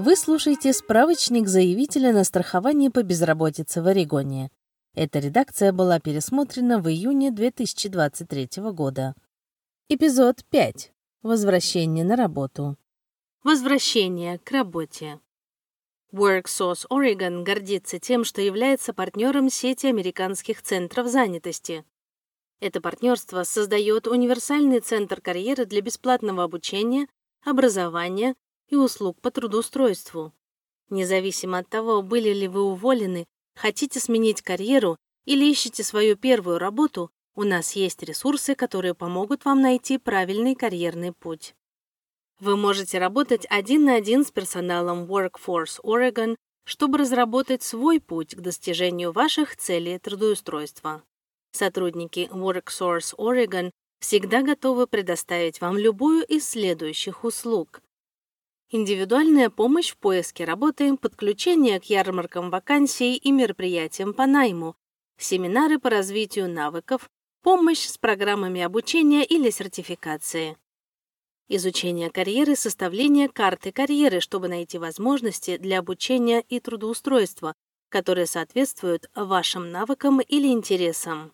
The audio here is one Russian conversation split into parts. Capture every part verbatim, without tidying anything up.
Вы слушаете справочник заявителя на страхование по безработице в Орегоне. Эта редакция была пересмотрена в июне две тысячи двадцать третьего года. Эпизод пять. Возвращение на работу. Возвращение к работе. WorkSource Oregon гордится тем, что является партнером сети американских центров занятости. Это партнерство создает универсальный центр карьеры для бесплатного обучения, образования и услуг по трудоустройству. Независимо от того, были ли вы уволены, хотите сменить карьеру или ищете свою первую работу, у нас есть ресурсы, которые помогут вам найти правильный карьерный путь. Вы можете работать один на один с персоналом Workforce Oregon, чтобы разработать свой путь к достижению ваших целей трудоустройства. Сотрудники WorkSource Oregon всегда готовы предоставить вам любую из следующих услуг: индивидуальная помощь в поиске работы, подключение к ярмаркам вакансий и мероприятиям по найму, семинары по развитию навыков, помощь с программами обучения или сертификации. Изучение карьеры, составление карты карьеры, чтобы найти возможности для обучения и трудоустройства, которые соответствуют вашим навыкам или интересам.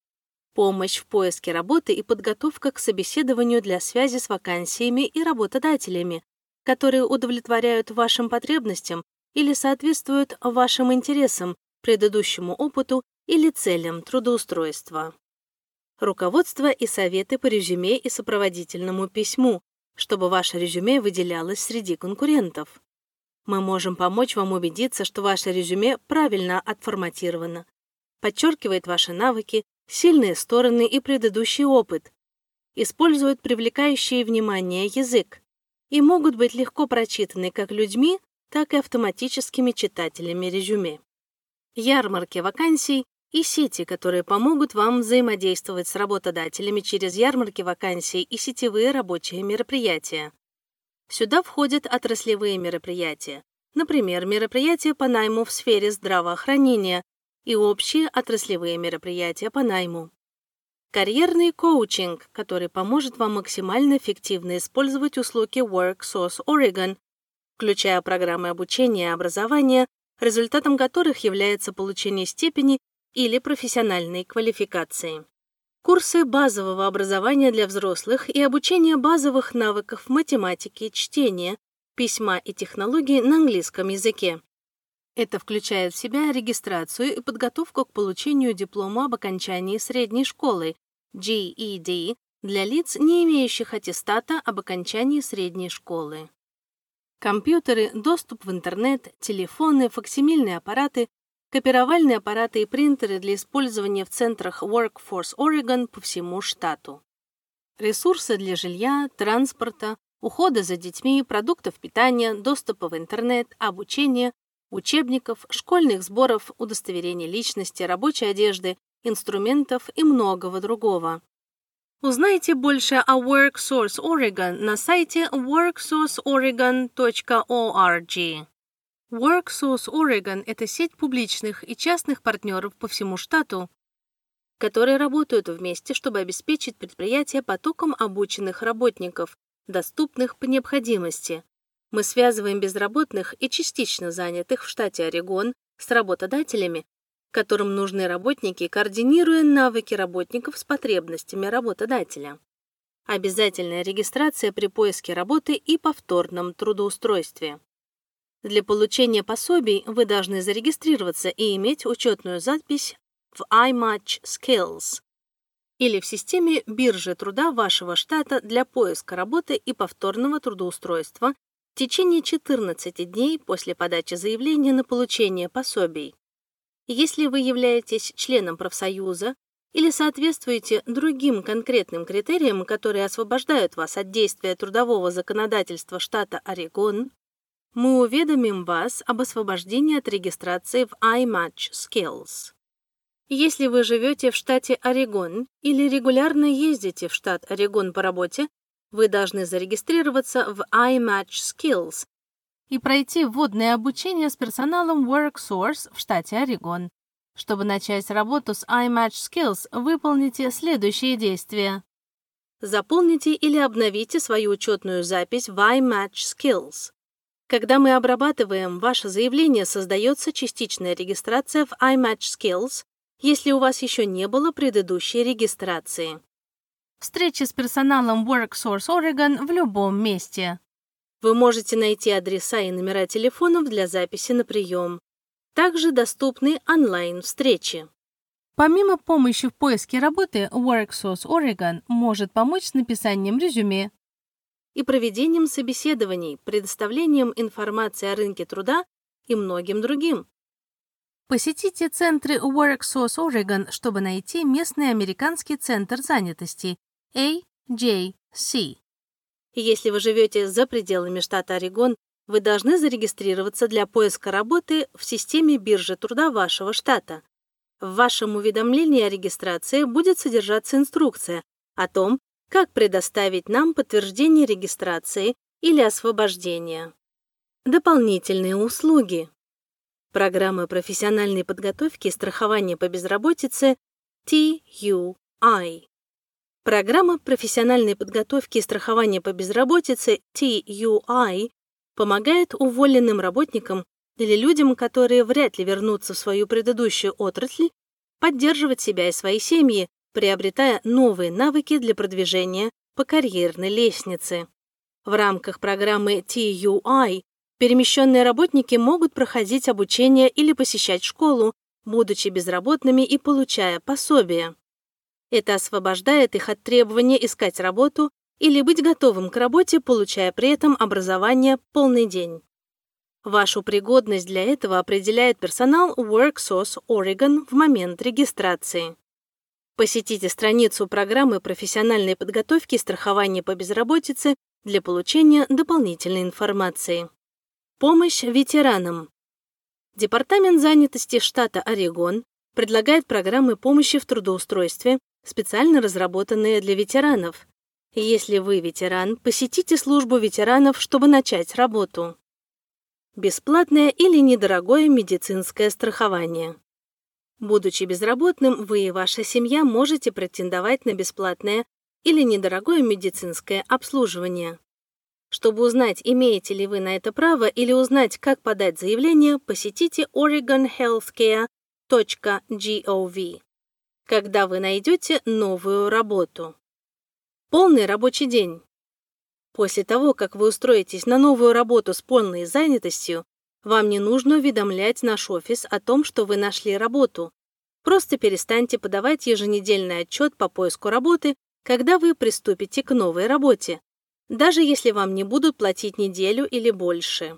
Помощь в поиске работы и подготовка к собеседованию для связи с вакансиями и работодателями, которые удовлетворяют вашим потребностям или соответствуют вашим интересам, предыдущему опыту или целям трудоустройства. Руководство и советы по резюме и сопроводительному письму, чтобы ваше резюме выделялось среди конкурентов. Мы можем помочь вам убедиться, что ваше резюме правильно отформатировано, подчеркивает ваши навыки, сильные стороны и предыдущий опыт, использует привлекающий внимание язык и могут быть легко прочитаны как людьми, так и автоматическими читателями резюме. Ярмарки вакансий и сети, которые помогут вам взаимодействовать с работодателями через ярмарки вакансий и сетевые рабочие мероприятия. Сюда входят отраслевые мероприятия, например, мероприятия по найму в сфере здравоохранения и общие отраслевые мероприятия по найму. Карьерный коучинг, который поможет вам максимально эффективно использовать услуги WorkSource Oregon, включая программы обучения и образования, результатом которых является получение степени или профессиональной квалификации. Курсы базового образования для взрослых и обучение базовых навыков математики, чтения, письма и технологий на английском языке. Это включает в себя регистрацию и подготовку к получению диплома об окончании средней школы джи и ди для лиц, не имеющих аттестата об окончании средней школы. Компьютеры, доступ в интернет, телефоны, факсимильные аппараты, копировальные аппараты и принтеры для использования в центрах Workforce Oregon по всему штату. Ресурсы для жилья, транспорта, ухода за детьми, продуктов питания, доступа в интернет, обучения, учебников, школьных сборов, удостоверения личности, рабочей одежды, инструментов и многого другого. Узнайте больше о WorkSource Oregon на сайте work source oregon точка орг. WorkSource Oregon — это сеть публичных и частных партнеров по всему штату, которые работают вместе, чтобы обеспечить предприятие потоком обученных работников, доступных по необходимости. Мы связываем безработных и частично занятых в штате Орегон с работодателями, которым нужны работники, координируя навыки работников с потребностями работодателя. Обязательная регистрация при поиске работы и повторном трудоустройстве. Для получения пособий вы должны зарегистрироваться и иметь учетную запись в iMatch Skills или в системе биржи труда вашего штата для поиска работы и повторного трудоустройства в течение четырнадцати дней после подачи заявления на получение пособий. Если вы являетесь членом профсоюза или соответствуете другим конкретным критериям, которые освобождают вас от действия трудового законодательства штата Орегон, мы уведомим вас об освобождении от регистрации в iMatch Skills. Если вы живете в штате Орегон или регулярно ездите в штат Орегон по работе, вы должны зарегистрироваться в iMatch Skills и пройти вводное обучение с персоналом WorkSource в штате Орегон. Чтобы начать работу с iMatch Skills, выполните следующие действия. Заполните или обновите свою учетную запись в iMatch Skills. Когда мы обрабатываем ваше заявление, создается частичная регистрация в iMatchSkills, если у вас еще не было предыдущей регистрации. Встречи с персоналом WorkSource Oregon в любом месте. Вы можете найти адреса и номера телефонов для записи на прием. Также доступны онлайн-встречи. Помимо помощи в поиске работы, WorkSource Oregon может помочь с написанием резюме и проведением собеседований, предоставлением информации о рынке труда и многим другим. Посетите центры WorkSource Oregon, чтобы найти местный американский центр занятости эй джей си. Если вы живете за пределами штата Орегон, вы должны зарегистрироваться для поиска работы в системе биржи труда вашего штата. В вашем уведомлении о регистрации будет содержаться инструкция о том, как предоставить нам подтверждение регистрации или освобождения. Дополнительные услуги. Программа профессиональной подготовки и страхования по безработице ти ю ай. Программа профессиональной подготовки и страхования по безработице ти ю ай помогает уволенным работникам или людям, которые вряд ли вернутся в свою предыдущую отрасль, поддерживать себя и свои семьи, приобретая новые навыки для продвижения по карьерной лестнице. В рамках программы ти ю ай перемещенные работники могут проходить обучение или посещать школу, будучи безработными и получая пособие. Это освобождает их от требования искать работу или быть готовым к работе, получая при этом образование полный день. Вашу пригодность для этого определяет персонал WorkSource Oregon в момент регистрации. Посетите страницу программы профессиональной подготовки и страхования по безработице для получения дополнительной информации. Помощь ветеранам. Департамент занятости штата Орегон предлагает программы помощи в трудоустройстве, специально разработанные для ветеранов. Если вы ветеран, посетите службу ветеранов, чтобы начать работу. Бесплатное или недорогое медицинское страхование. Будучи безработным, вы и ваша семья можете претендовать на бесплатное или недорогое медицинское обслуживание. Чтобы узнать, имеете ли вы на это право, или узнать, как подать заявление, посетите oregon healthcare точка gov, когда вы найдете новую работу. Полный рабочий день. После того, как вы устроитесь на новую работу с полной занятостью, вам не нужно уведомлять наш офис о том, что вы нашли работу. Просто перестаньте подавать еженедельный отчет по поиску работы, когда вы приступите к новой работе, даже если вам не будут платить неделю или больше.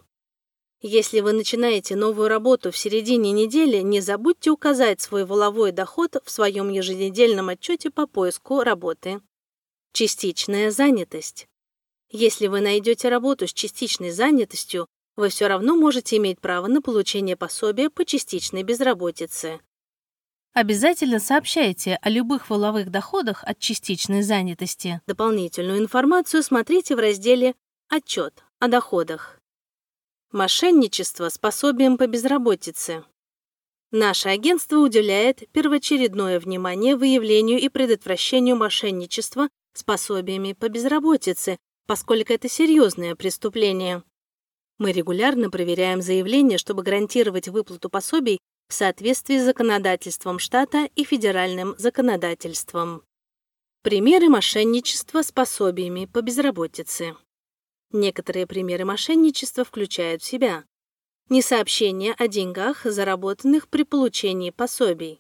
Если вы начинаете новую работу в середине недели, не забудьте указать свой валовой доход в своем еженедельном отчете по поиску работы. Частичная занятость. Если вы найдете работу с частичной занятостью, вы все равно можете иметь право на получение пособия по частичной безработице. Обязательно сообщайте о любых валовых доходах от частичной занятости. Дополнительную информацию смотрите в разделе «Отчет о доходах». Мошенничество с пособием по безработице. Наше агентство уделяет первоочередное внимание выявлению и предотвращению мошенничества с пособиями по безработице, поскольку это серьезное преступление. Мы регулярно проверяем заявления, чтобы гарантировать выплату пособий в соответствии с законодательством штата и федеральным законодательством. Примеры мошенничества с пособиями по безработице. Некоторые примеры мошенничества включают в себя несообщение о деньгах, заработанных при получении пособий,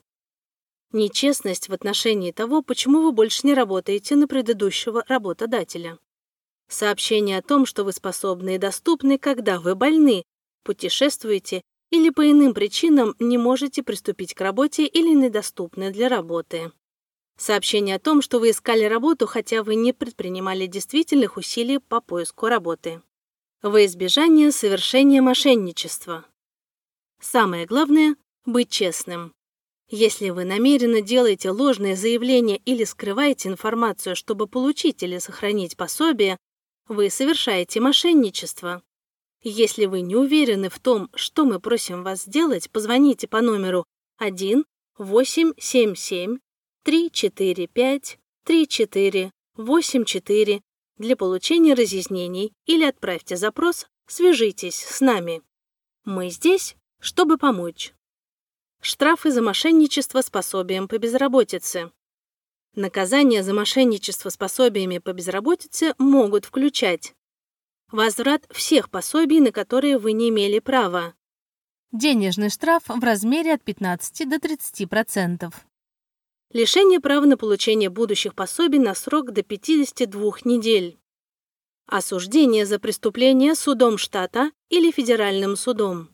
нечестность в отношении того, почему вы больше не работаете на предыдущего работодателя, сообщение о том, что вы способны и доступны, когда вы больны, путешествуете или по иным причинам не можете приступить к работе или недоступны для работы. Сообщение о том, что вы искали работу, хотя вы не предпринимали действительных усилий по поиску работы. Во избежание совершения мошенничества. Самое главное – быть честным. Если вы намеренно делаете ложные заявления или скрываете информацию, чтобы получить или сохранить пособие, вы совершаете мошенничество. Если вы не уверены в том, что мы просим вас сделать, позвоните по номеру один восемь семь семь три четыре пять три четыре восемь четыре для получения разъяснений или отправьте запрос Свяжитесь с нами. Мы здесь, чтобы помочь. Штрафы за мошенничество с пособием по безработице. Наказания за мошенничество с пособиями по безработице могут включать возврат всех пособий, на которые вы не имели права. Денежный штраф в размере от пятнадцати до тридцати процентов. Лишение права на получение будущих пособий на срок до пятидесяти двух недель. Осуждение за преступление судом штата или федеральным судом.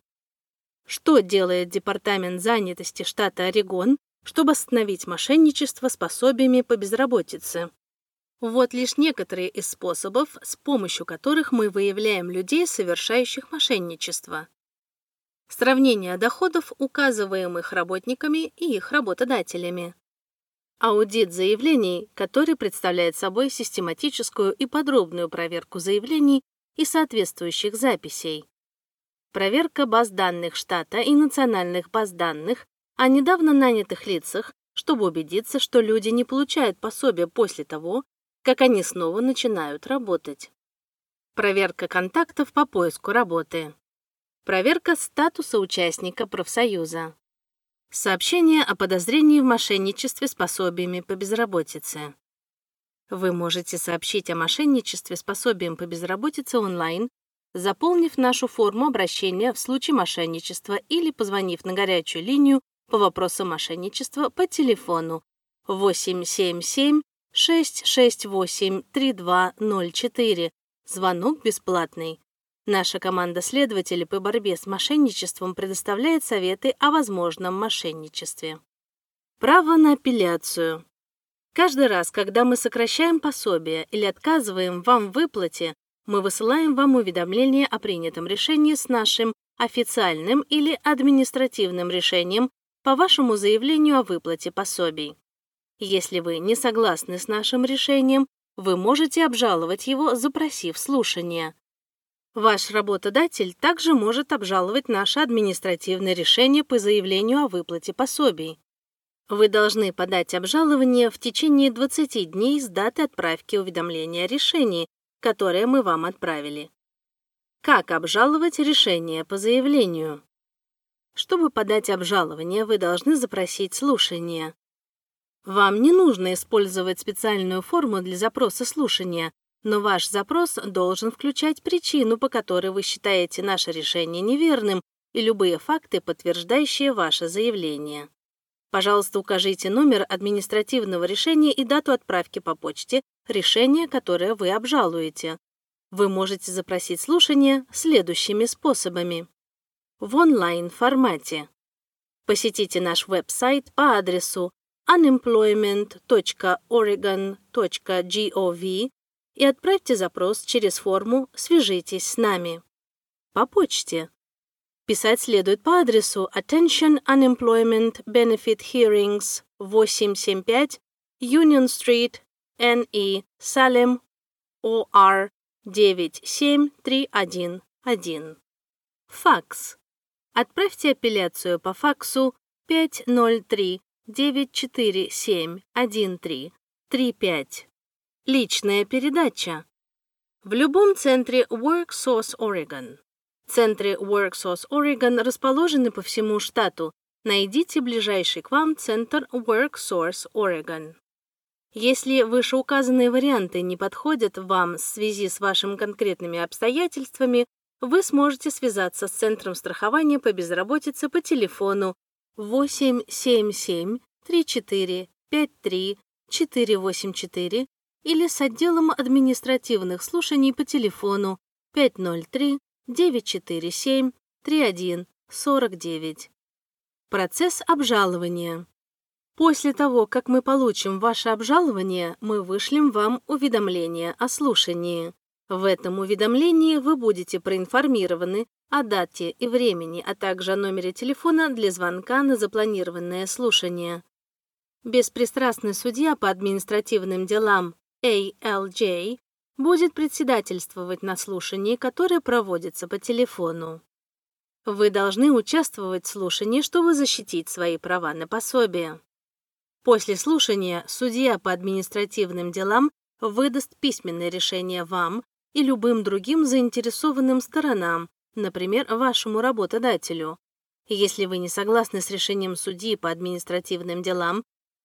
Что делает Департамент занятости штата Орегон, чтобы остановить мошенничество с пособиями по безработице? Вот лишь некоторые из способов, с помощью которых мы выявляем людей, совершающих мошенничество. Сравнение доходов, указываемых работниками и их работодателями. Аудит заявлений, который представляет собой систематическую и подробную проверку заявлений и соответствующих записей. Проверка баз данных штата и национальных баз данных о недавно нанятых лицах, чтобы убедиться, что люди не получают пособия после того, как они снова начинают работать. Проверка контактов по поиску работы. Проверка статуса участника профсоюза. Сообщение о подозрении в мошенничестве с пособиями по безработице. Вы можете сообщить о мошенничестве с пособием по безработице онлайн, заполнив нашу форму обращения в случае мошенничества или позвонив на горячую линию по вопросам мошенничества по телефону восемь семь семь шесть шесть восемь три два ноль четыре. Звонок бесплатный. Наша команда следователей по борьбе с мошенничеством предоставляет советы о возможном мошенничестве. Право на апелляцию. Каждый раз, когда мы сокращаем пособие или отказываем вам в выплате, мы высылаем вам уведомление о принятом решении с нашим официальным или административным решением по вашему заявлению о выплате пособий. Если вы не согласны с нашим решением, вы можете обжаловать его, запросив слушание. Ваш работодатель также может обжаловать наше административное решение по заявлению о выплате пособий. Вы должны подать обжалование в течение двадцати дней с даты отправки уведомления о решении, которое мы вам отправили. Как обжаловать решение по заявлению? Чтобы подать обжалование, вы должны запросить слушание. Вам не нужно использовать специальную форму для запроса слушания, но ваш запрос должен включать причину, по которой вы считаете наше решение неверным, и любые факты, подтверждающие ваше заявление. Пожалуйста, укажите номер административного решения и дату отправки по почте решения, которое вы обжалуете. Вы можете запросить слушание следующими способами. В онлайн-формате. Посетите наш веб-сайт по адресу unemployment точка oregon точка gov и отправьте запрос через форму «Свяжитесь с нами». По почте. Писать следует по адресу Attention Unemployment Benefit Hearings восемьсот семьдесят пять Union Street, эн и, Салем, о ар девять семь три один один. Факс. Отправьте апелляцию по факсу пять ноль три девять четыре семь один три три пять. Личная передача. В любом центре WorkSource Oregon. Центры WorkSource Oregon расположены по всему штату. Найдите ближайший к вам центр WorkSource Oregon. Если вышеуказанные варианты не подходят вам в связи с вашими конкретными обстоятельствами, вы сможете связаться с Центром страхования по безработице по телефону восемь семь семь три четыре пять три четыре восемь четыре или с отделом административных слушаний по телефону пять ноль три девять четыре семь три один сорок девять. Процесс обжалования. После того, как мы получим ваше обжалование, мы вышлем вам уведомление о слушании. В этом уведомлении вы будете проинформированы о дате и времени, а также о номере телефона для звонка на запланированное слушание. Беспристрастный судья по административным делам эй эл джей будет председательствовать на слушании, которое проводится по телефону. Вы должны участвовать в слушании, чтобы защитить свои права на пособие. После слушания судья по административным делам выдаст письменное решение вам, и любым другим заинтересованным сторонам, например, вашему работодателю. Если вы не согласны с решением судьи по административным делам,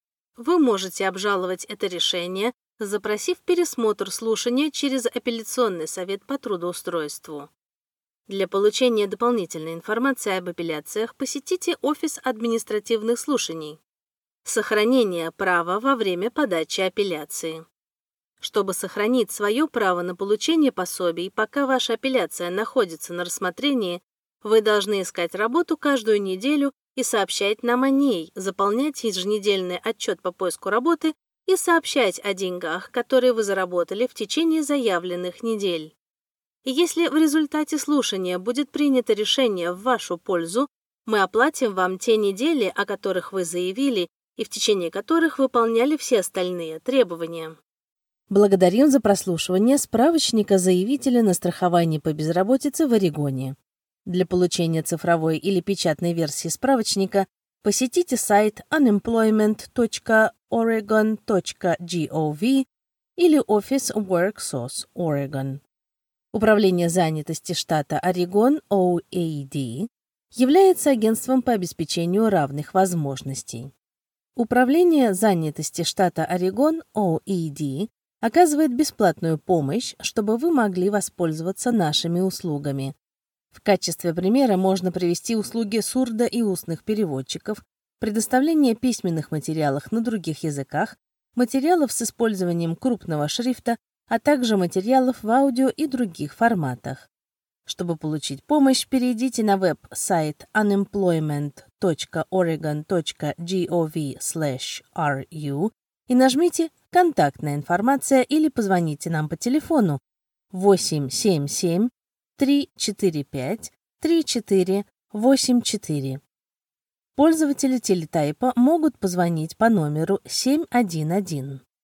вы можете обжаловать это решение, запросив пересмотр слушания через апелляционный совет по трудоустройству. Для получения дополнительной информации об апелляциях посетите офис административных слушаний. Сохранение права во время подачи апелляции. Чтобы сохранить свое право на получение пособий, пока ваша апелляция находится на рассмотрении, вы должны искать работу каждую неделю и сообщать нам о ней, заполнять еженедельный отчет по поиску работы и сообщать о деньгах, которые вы заработали в течение заявленных недель. И если в результате слушания будет принято решение в вашу пользу, мы оплатим вам те недели, о которых вы заявили, и в течение которых выполняли все остальные требования. Благодарим за прослушивание справочника заявителя на страхование по безработице в Орегоне. Для получения цифровой или печатной версии справочника посетите сайт unemployment точка oregon точка gov или офис WorkSource Oregon. Управление занятости штата Орегон о эй ди является агентством по обеспечению равных возможностей. Управление занятости штата Орегон о эй ди оказывает бесплатную помощь, чтобы вы могли воспользоваться нашими услугами. В качестве примера можно привести услуги сурдо- и устных переводчиков, предоставление письменных материалов на других языках, материалов с использованием крупного шрифта, а также материалов в аудио и других форматах. Чтобы получить помощь, перейдите на веб-сайт unemployment точка oregon точка gov слэш ru и нажмите «Контактная информация» или позвоните нам по телефону восемь семь семь три четыре пять три четыре восемь четыре. Пользователи телетайпа могут позвонить по номеру семь один один.